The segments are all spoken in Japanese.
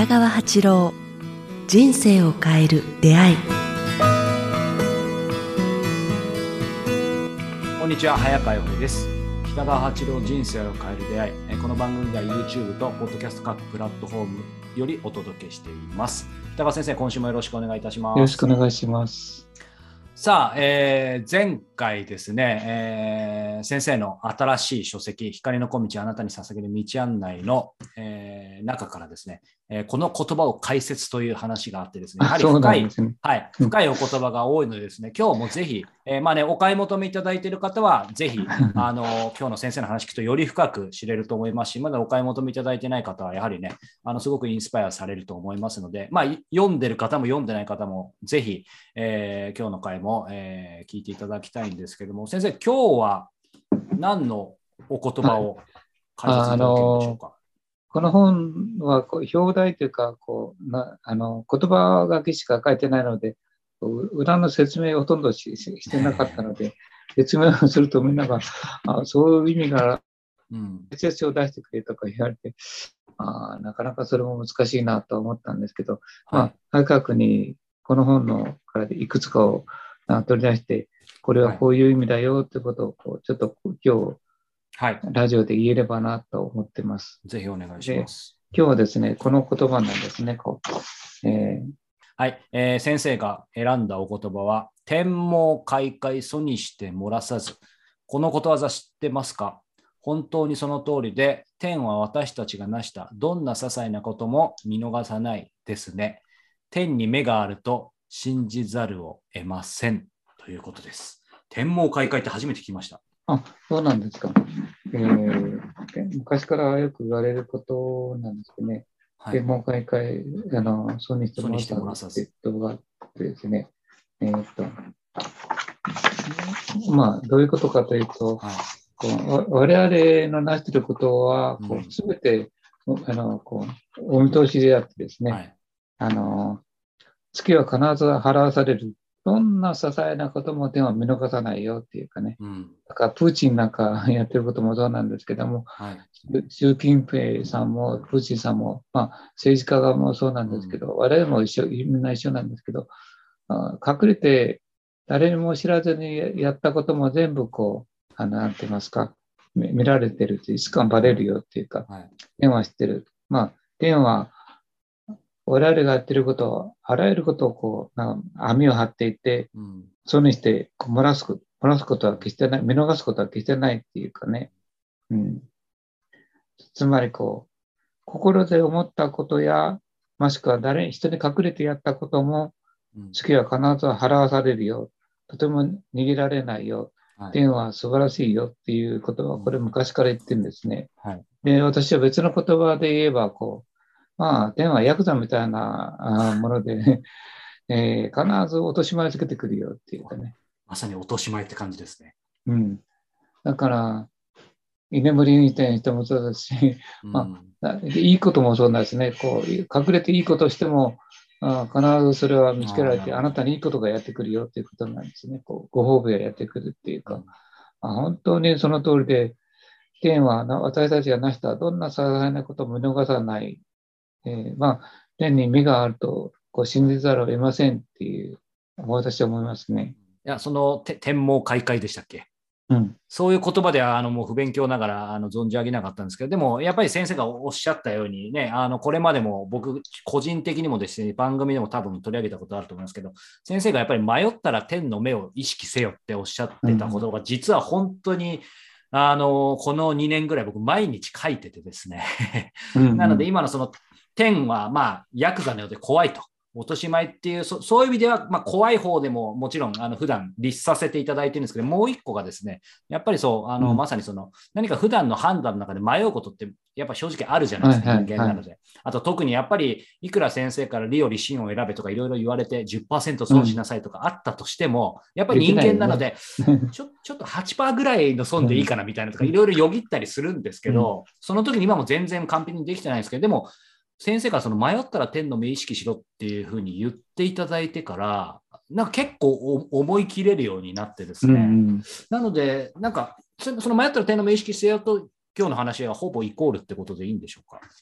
北川八郎、人生を変える出会い。 こんにちは、早川洋平です。北川八郎、人生を変える出会い。この番組では YouTube と Podcast 各プラットフォームよりお届けしています。北川先生、今週もよろしくお願いいたします。 よろしくお願いします。 さあ、前回ですね、先生の新しい書籍、光の小道あなたに捧げる道案内の、中からですね、この言葉を解説という話があってですね、やはり深い、深いお言葉が多いのでですね、今日もぜひ、お買い求めいただいている方は、ぜひ、今日の先生の話聞くとより深く知れると思いますし、まだお買い求めいただいてない方は、やはりね、すごくインスパイアされると思いますので、読んでる方も読んでない方も、ぜひ、今日の回も、聞いていただきたいんですけども、先生、今日は何のお言葉を解説いただけるんでしょうか。 この本は表題というか言葉書きしか書いてないので、裏の説明をほとんどしてなかったので、説明をするとみんながそういう意味が説明を出してくれとか言われて、なかなかそれも難しいなと思ったんですけど、早川君にこの本のからいくつかを取り出して、これはこういう意味だよってことをちょっと今日ラジオで言えればなと思ってます。 ぜひお願いします。 今日はですね、この言葉なんですね。 先生が選んだお言葉は、天網恢恢疎にして漏らさず。このことわざ知ってますか？本当にその通りで、天は私たちが成したどんな些細なことも見逃さないですね。天に目があると信じざるを得ませんということです。天網恢恢って初めて聞きました。 そうなんですか。昔からよく言われることなんですけどね。天網恢恢、疎にしてもらさずって言葉があってですね。どういうことかというと、我々の成していることは、すべてお見通しであってですね、月は必ず払わされる。どんな些細なことも天は見逃さないよっていうかね。だからプーチンなんかやってることもそうなんですけども、習近平さんもプーチンさんも、政治家がもそうなんですけど、我々もみんな一緒なんですけど、隠れて誰にも知らずにやったことも全部なんて言いますか、見られてるっていつかバレるよっていうか、天は知ってる。天は我々がやってることを、あらゆることを網を張っていて、そうにして漏らすことは決してない、見逃すことは決してないっていうかね。つまり心で思ったことや、もしくは人に隠れてやったことも、月は必ず払わされるよ。とても逃げられないよ。天は素晴らしいよっていうことは、これ昔から言ってるんですね。で、私は別の言葉で言えば、天はヤクザみたいなもので、必ず落とし前つけてくるよっていうかね。 まさに落とし前って感じですね。 だから、居眠りみたいな人もそうですし、いいこともそうなんですね。隠れていいことをしても、必ずそれは見つけられて、あなたにいいことがやってくるよっていうことなんですね。ご褒美がやってくるっていうか、本当にその通りで、天は私たちが成したどんな些細なことも見逃さない。天に目があると信じざるを得ませんっていう私は思いますね。 いや、その天網恢恢でしたっけ？そういう言葉ではもう不勉強ながら存じ上げなかったんですけど、でもやっぱり先生がおっしゃったようにね、これまでも僕個人的にもですね、番組でも多分取り上げたことあると思いますけど、先生がやっぱり迷ったら天の目を意識せよっておっしゃってたことが、実は本当にこの2年ぐらい僕毎日書いててですねなので今のその天はヤクザのようで怖いと。落とし前っていう、そういう意味では、怖い方でももちろん普段律させていただいてるんですけど、もう一個がですね、やっぱりまさに何か普段の判断の中で迷うことってやっぱ正直あるじゃないですか、人間なので。あと特にやっぱりいくら先生から理より真を選べとかいろいろ言われて 10% 損しなさいとかあったとしても、やっぱり人間なので、ちょっと 8% ぐらいの損でいいかなみたいなとかいろいろよぎったりするんですけど、その時に今も全然完璧にできてないんですけど、でも先生から迷ったら天の目意識しろっていうふうに言っていただいてから、なんか結構思い切れるようになってですね。なので、なんか、その迷ったら天の目意識せよと、今日の話はほぼイコールってことでいいんでしょうか？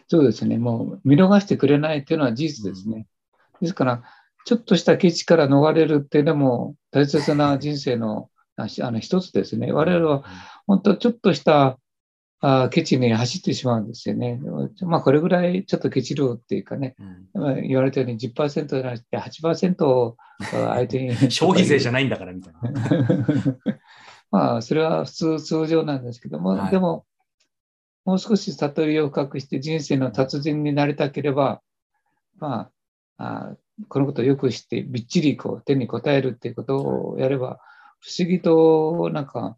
そうですね。もう見逃してくれないというのは事実ですね。ですから、ちょっとしたケチから逃れるっていうのも大切な人生の一つですね。我々は本当ちょっとしたケチに走ってしまうんですよね。まあ、これぐらいちょっとケチ量っていうかね、言われたように 10% じゃなくて 8% を相手に消費税じゃないんだからみたいな。 まあ、それは通常なんですけども、でも、もう少し悟りを深くして人生の達人になりたければ、まあ、このことをよく知って、びっちりこう手に応えるっていうことをやれば、不思議となんか、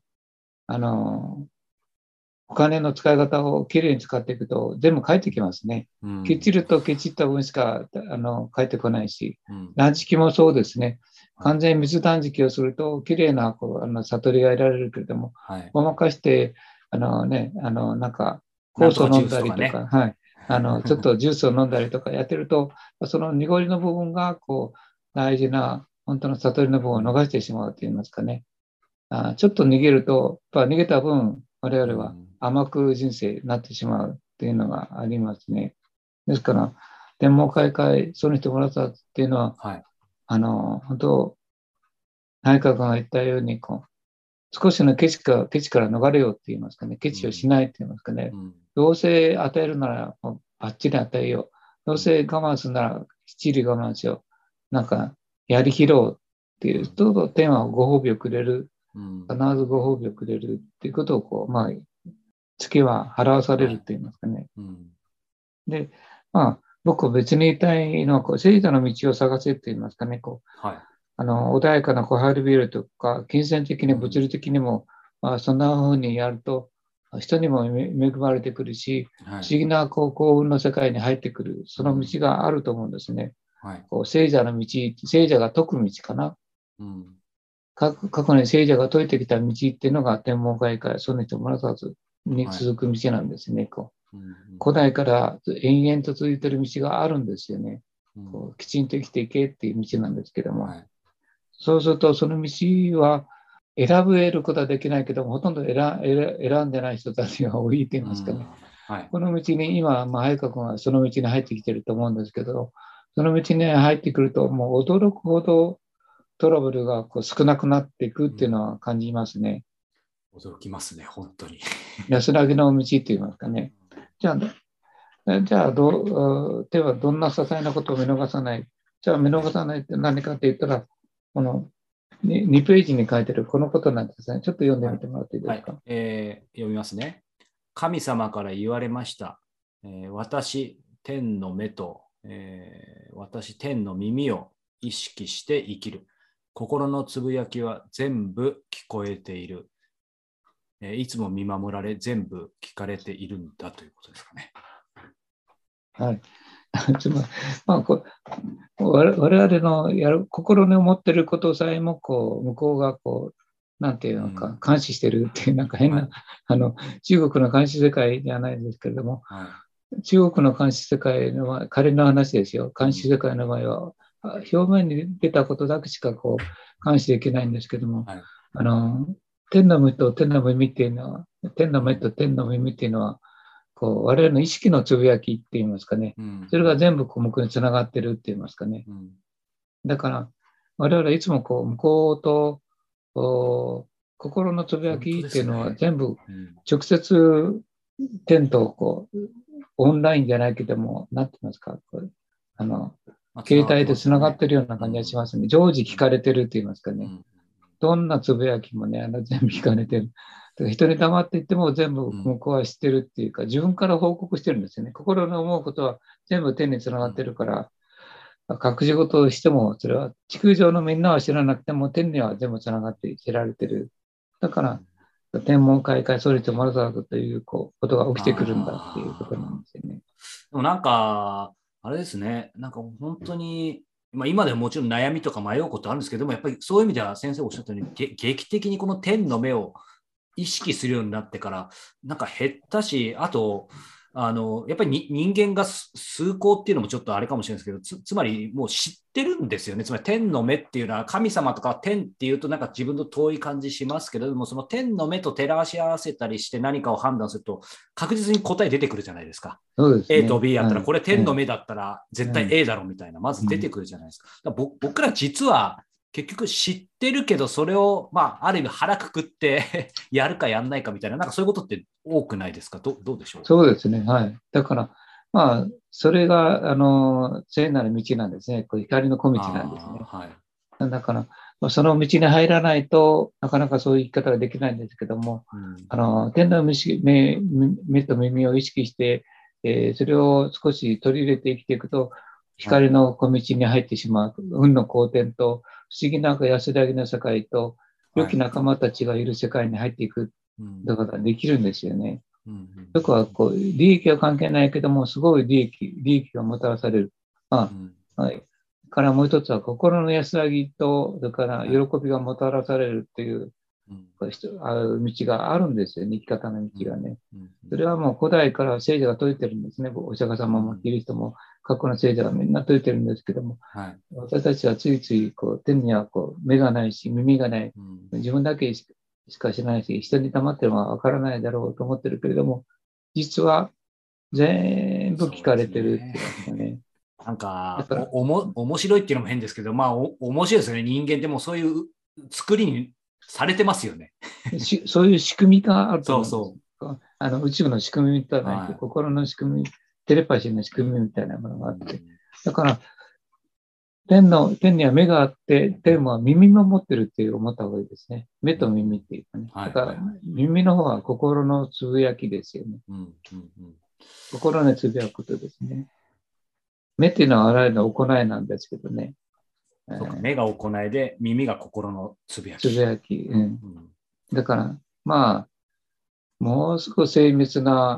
お金の使い方をきれいに使っていくと全部返ってきますね。ケチるとケチった分しか返ってこないし、断食もそうですね。完全に水断食をするときれいな悟りが得られるけれども、ごまかして、なんか酵素を飲んだりとか、はい、ちょっとジュースを飲んだりとかやってると、その濁りの部分がこう大事な本当の悟りの部分を逃してしまうといいますかね。ちょっと逃げると、やっぱ逃げた分、我々は甘く人生になってしまうっていうのがありますね。ですから、天網開会、その人もらったっていうのは、本当、内閣が言ったように少しのケチから逃れようって言いますかね、ケチをしないって言いますかね、どうせ与えるならバッチリ与えよう、どうせ我慢するならきっちり我慢しよう、なんかやりきろうっていうと、天はご褒美をくれる、必ずご褒美をくれるっていうことを月は払わされるって言いますかね。で、僕は別に言いたいのは、聖者の道を探せって言いますかね、穏やかな小春ビルとか、金銭的に物理的にも、そんな風にやると、人にも恵まれてくるし、不思議な幸運の世界に入ってくる、その道があると思うんですね。聖者の道、聖者が説く道かな。過去に聖者が説いてきた道っていうのが天網開会、その人もらさずに続く道なんですね。古代から延々と続いている道があるんですよね。きちんと生きていけっていう道なんですけども。そうすると、その道は選べることはできないけども、ほとんど選んでない人たちが多いと言いますかね。この道に今、早川君はその道に入ってきてると思うんですけど、その道に入ってくると、もう驚くほどトラブルが少なくなっていくっていうのは感じますね。 驚きますね、本当に。 安らぎの道って言いますかね。じゃあ、手はどんな些細なことを見逃さない。じゃあ見逃さないって何かって言ったら、この2ページに書いてるこのことなんですね。ちょっと読んでみてもらっていいですか。 読みますね。神様から言われました。私、天の目と、私、天の耳を意識して生きる。心のつぶやきは全部聞こえている。いつも見守られ、全部聞かれているんだということですかね。 はい。我々の心に思っていることさえも向こうがなんていうのか、監視してるっていう、なんか変な、中国の監視世界じゃないですけれども、中国の監視世界の仮の話ですよ。監視世界の場合は、表面に出たことだけしか監視できないんですけども、天の目と天の耳っていうのは、天の目と天の耳っていうのは、我々の意識のつぶやきって言いますかね、それが全部向こうにつながってるって言いますかね。だから、我々はいつも向こうと心のつぶやきっていうのは全部直接天とオンラインじゃないけども、なんて言いますか、携帯でつながってるような感じがしますね。常時聞かれてるって言いますかね。どんなつぶやきもね、全部聞かれてる。人に黙っていっても全部向こうは知ってるっていうか、自分から報告してるんですよね。心の思うことは全部天につながってるから、隠し事をしても、それは地球上のみんなは知らなくても、天には全部つながって知られてる。だから、天文開会創立マルザードということが起きてくるんだっていうことなんですよね。 でもなんか、あれですね、なんか本当に、今でももちろん悩みとか迷うことあるんですけども、やっぱりそういう意味では先生おっしゃったように、劇的にこの天の目を意識するようになってから、なんか減ったし、あと、 やっぱり人間が崇高っていうのもちょっとあれかもしれないですけど、つまりもう知ってるんですよね。つまり天の目っていうのは、神様とか天っていうとなんか自分と遠い感じしますけれども、その天の目と照らし合わせたりして何かを判断すると、確実に答え出てくるじゃないですか。 そうですね、 A と B やったら、これ天の目だったら絶対 A だろみたいな、まず出てくるじゃないですか。僕ら実は結局知ってるけど、それを、ある意味腹くくってやるかやんないかみたいな、なんかそういうことって多くないですか？どうでしょう？ そうですね。はい。だから、それが、聖なる道なんですね。こう光の小道なんですね。 はい、 だから、その道に入らないとなかなかそういう生き方ができないんですけども、天の目と耳を意識して、それを少し取り入れて生きていくと、光の小道に入ってしまう。運の好転と、不思議な安らぎの世界と、良き仲間たちがいる世界に入っていくことができるんですよね。よくは利益は関係ないけども、すごい利益がもたらされる。はい。からもう一つは心の安らぎと、それから喜びがもたらされるっていう、道があるんですよね、生き方の道がね。それはもう古代から聖者が説いてるんですね。お釈迦様もキリストも過去の聖者がみんな説いてるんですけども、私たちはついつい天には目がないし耳がない、自分だけしか知らないし、人に黙ってるのはわからないだろうと思ってるけれども、実は全部聞かれてるっていうんですよね。 なんか面白いっていうのも変ですけど、面白いですよね。人間ってもうそういう作りにされてますよね。 そういう仕組みがあると思うんです。 そう宇宙の仕組みみたいな、心の仕組み、テレパシーの仕組みみたいなものがあって。だから、天には目があって、天は耳も持ってるって思った方がいいですね。目と耳っていうかね。だから、耳の方は心のつぶやきですよね。心のつぶやくことですね。目っていうのはあらゆる行いなんですけどね。 目が行いで、耳が心のつぶやき。 だから、もうすぐ精密な、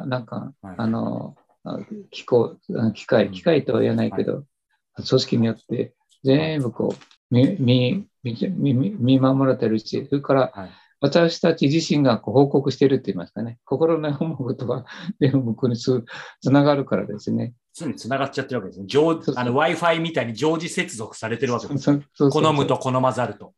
機械とは言わないけど、組織によって全部見守られてるし、それから私たち自身が報告してるって言いますかね、心の思うことが全部向こうにつながるからですね。 常につながっちゃってるわけですね。Wi-Fi みたいに常時接続されてるわけです。好むと好まざると。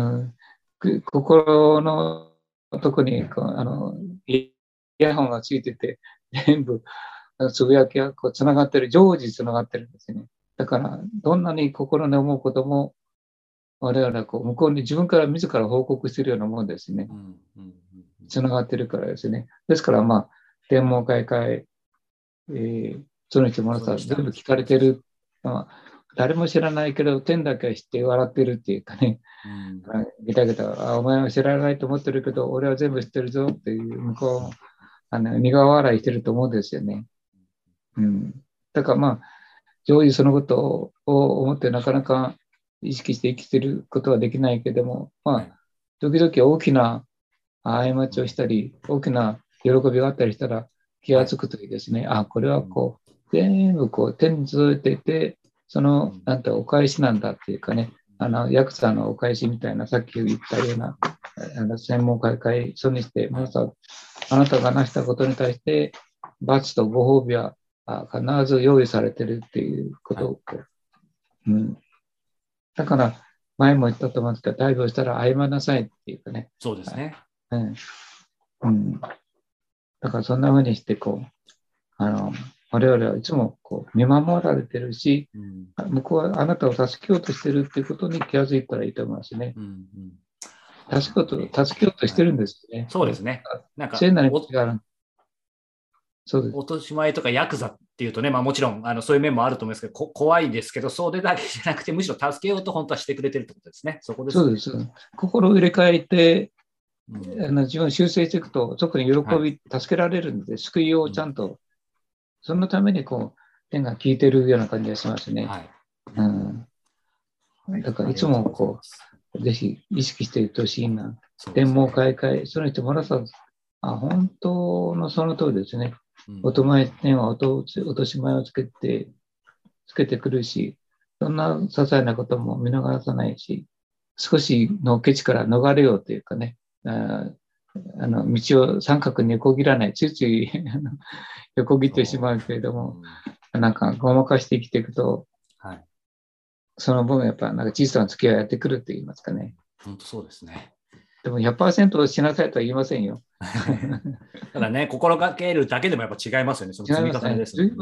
心の特にイヤホンがついてて、全部つぶやきがつながってる、常時つながってるんですね。だから、どんなに心に思うことも、我々は向こうに自分から自ら報告しているようなものですね。つながってるからですね。ですから、天網恢恢、その人も全部聞かれてる。誰も知らないけど、天だけは知って笑ってるっていうかね。ギタギタ、お前は知らないと思ってるけど、俺は全部知ってるぞっていう、向こうも苦笑いしてると思うんですよね。だから常時そのことを思ってなかなか意識して生きてることはできないけども、時々大きな過ちをしたり、大きな喜びがあったりしたら気がつくといいですね。これは全部天に続いていて、その、お返しなんだっていうかね、ヤクザのお返しみたいな、さっき言ったような、専門家会、そにして、あなたがなしたことに対して、罰とご褒美は必ず用意されてるっていうことを、だから、前も言ったと思うんですけど、大病したら謝りなさいっていうかね。 そうですね。 だから、そんな風にして、我々はいつも見守られてるし、向こうはあなたを助けようとしてるっていうことに気がついたらいいと思いますね。助けようとしてるんですね。 そうですね。なんか、 聖なる道がある。 落とし前とかヤクザっていうとね、もちろんそういう面もあると思いますけど、怖いですけど、それだけじゃなくて、むしろ助けようと本当はしてくれてるってことですね。そこですね。 そうです。心を入れ替えて、自分を修正していくと、特に喜び、助けられるので、救いをちゃんと、そのために天が効いてるような感じがしますね。だからいつもぜひ意識していってほしいな。天網恢恢、その人もらさず、本当のその通りですね。天は落とし前をつけてくるし、そんな些細なことも見逃さないし、少しのケチから逃れようというかね、 道を三角に横切らない、ついつい横切ってしまうけれども、なんかごまかして生きていくと、はい、その分やっぱなんか小さな月はやってくるって言いますかね。 本当そうですね。 でも 100% しなさいとは言いませんよ。 ただね、心がけるだけでもやっぱ違いますよね。その積み重ねですね。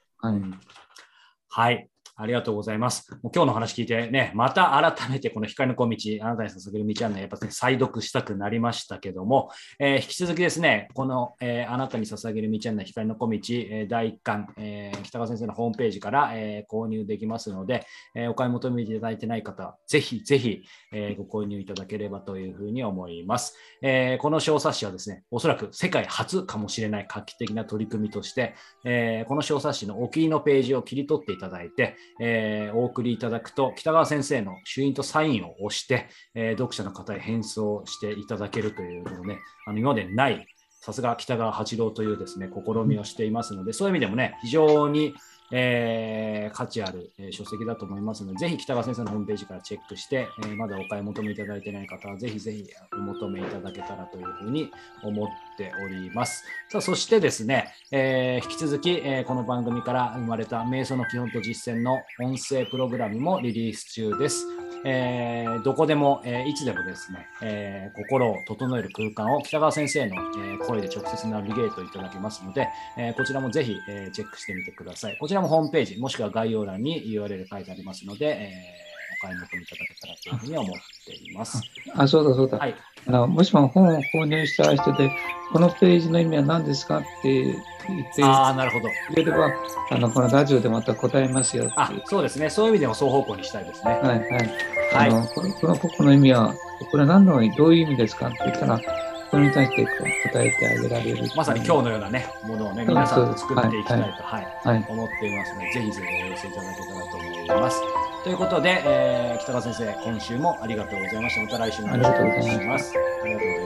はい。ありがとうございます。もう今日の話聞いてね、また改めてこの光の小道、あなたに捧げる道案内、やっぱり再読したくなりましたけども、引き続きですね、この、あなたに捧げる道案内、光の小道、第1巻、北川先生のホームページから、購入できますので、お買い求めいただいてない方、ぜひぜひ、ご購入いただければというふうに思います。この小冊子はですね、おそらく世界初かもしれない画期的な取り組みとして、この小冊子のお気に入りのページを切り取っていただいて、お送りいただくと北川先生の朱印とサインを押して、読者の方へ返送していただけるというのをね、今までないさすが北川八郎というですね試みをしていますので、そういう意味でもね非常に価値ある書籍だと思いますので、ぜひ北川先生のホームページからチェックして、まだお買い求めいただいていない方はぜひぜひお求めいただけたらというふうに思っております。さあそしてですね、引き続き、この番組から生まれた瞑想の基本と実践の音声プログラムもリリース中です。どこでも、いつでもですね、心を整える空間を北川先生の、声で直接ナビゲートいただけますので、こちらもぜひ、チェックしてみてください。こちらもホームページもしくは概要欄に URL 書いてありますので、お買い求めいただけたらというふうに思っています。 そうだそうだ、はい、もしも本を購入した人でこのページの意味は何ですかって言ってなるほどくれればこのラジオでまた答えますよって。 そうですね、そういう意味でも双方向にしたいですね。 はいはい、この意味はこれは何のどういう意味ですかって言ったらそれに対して答えてあげられる。 まさに今日のようなねものをね皆さんと作っていきたいと思っていますので、ぜひぜひお寄せいただけたらと思います。ということで、北川先生今週もありがとうございました。また来週もよろしくお願いします。ありがとうございます。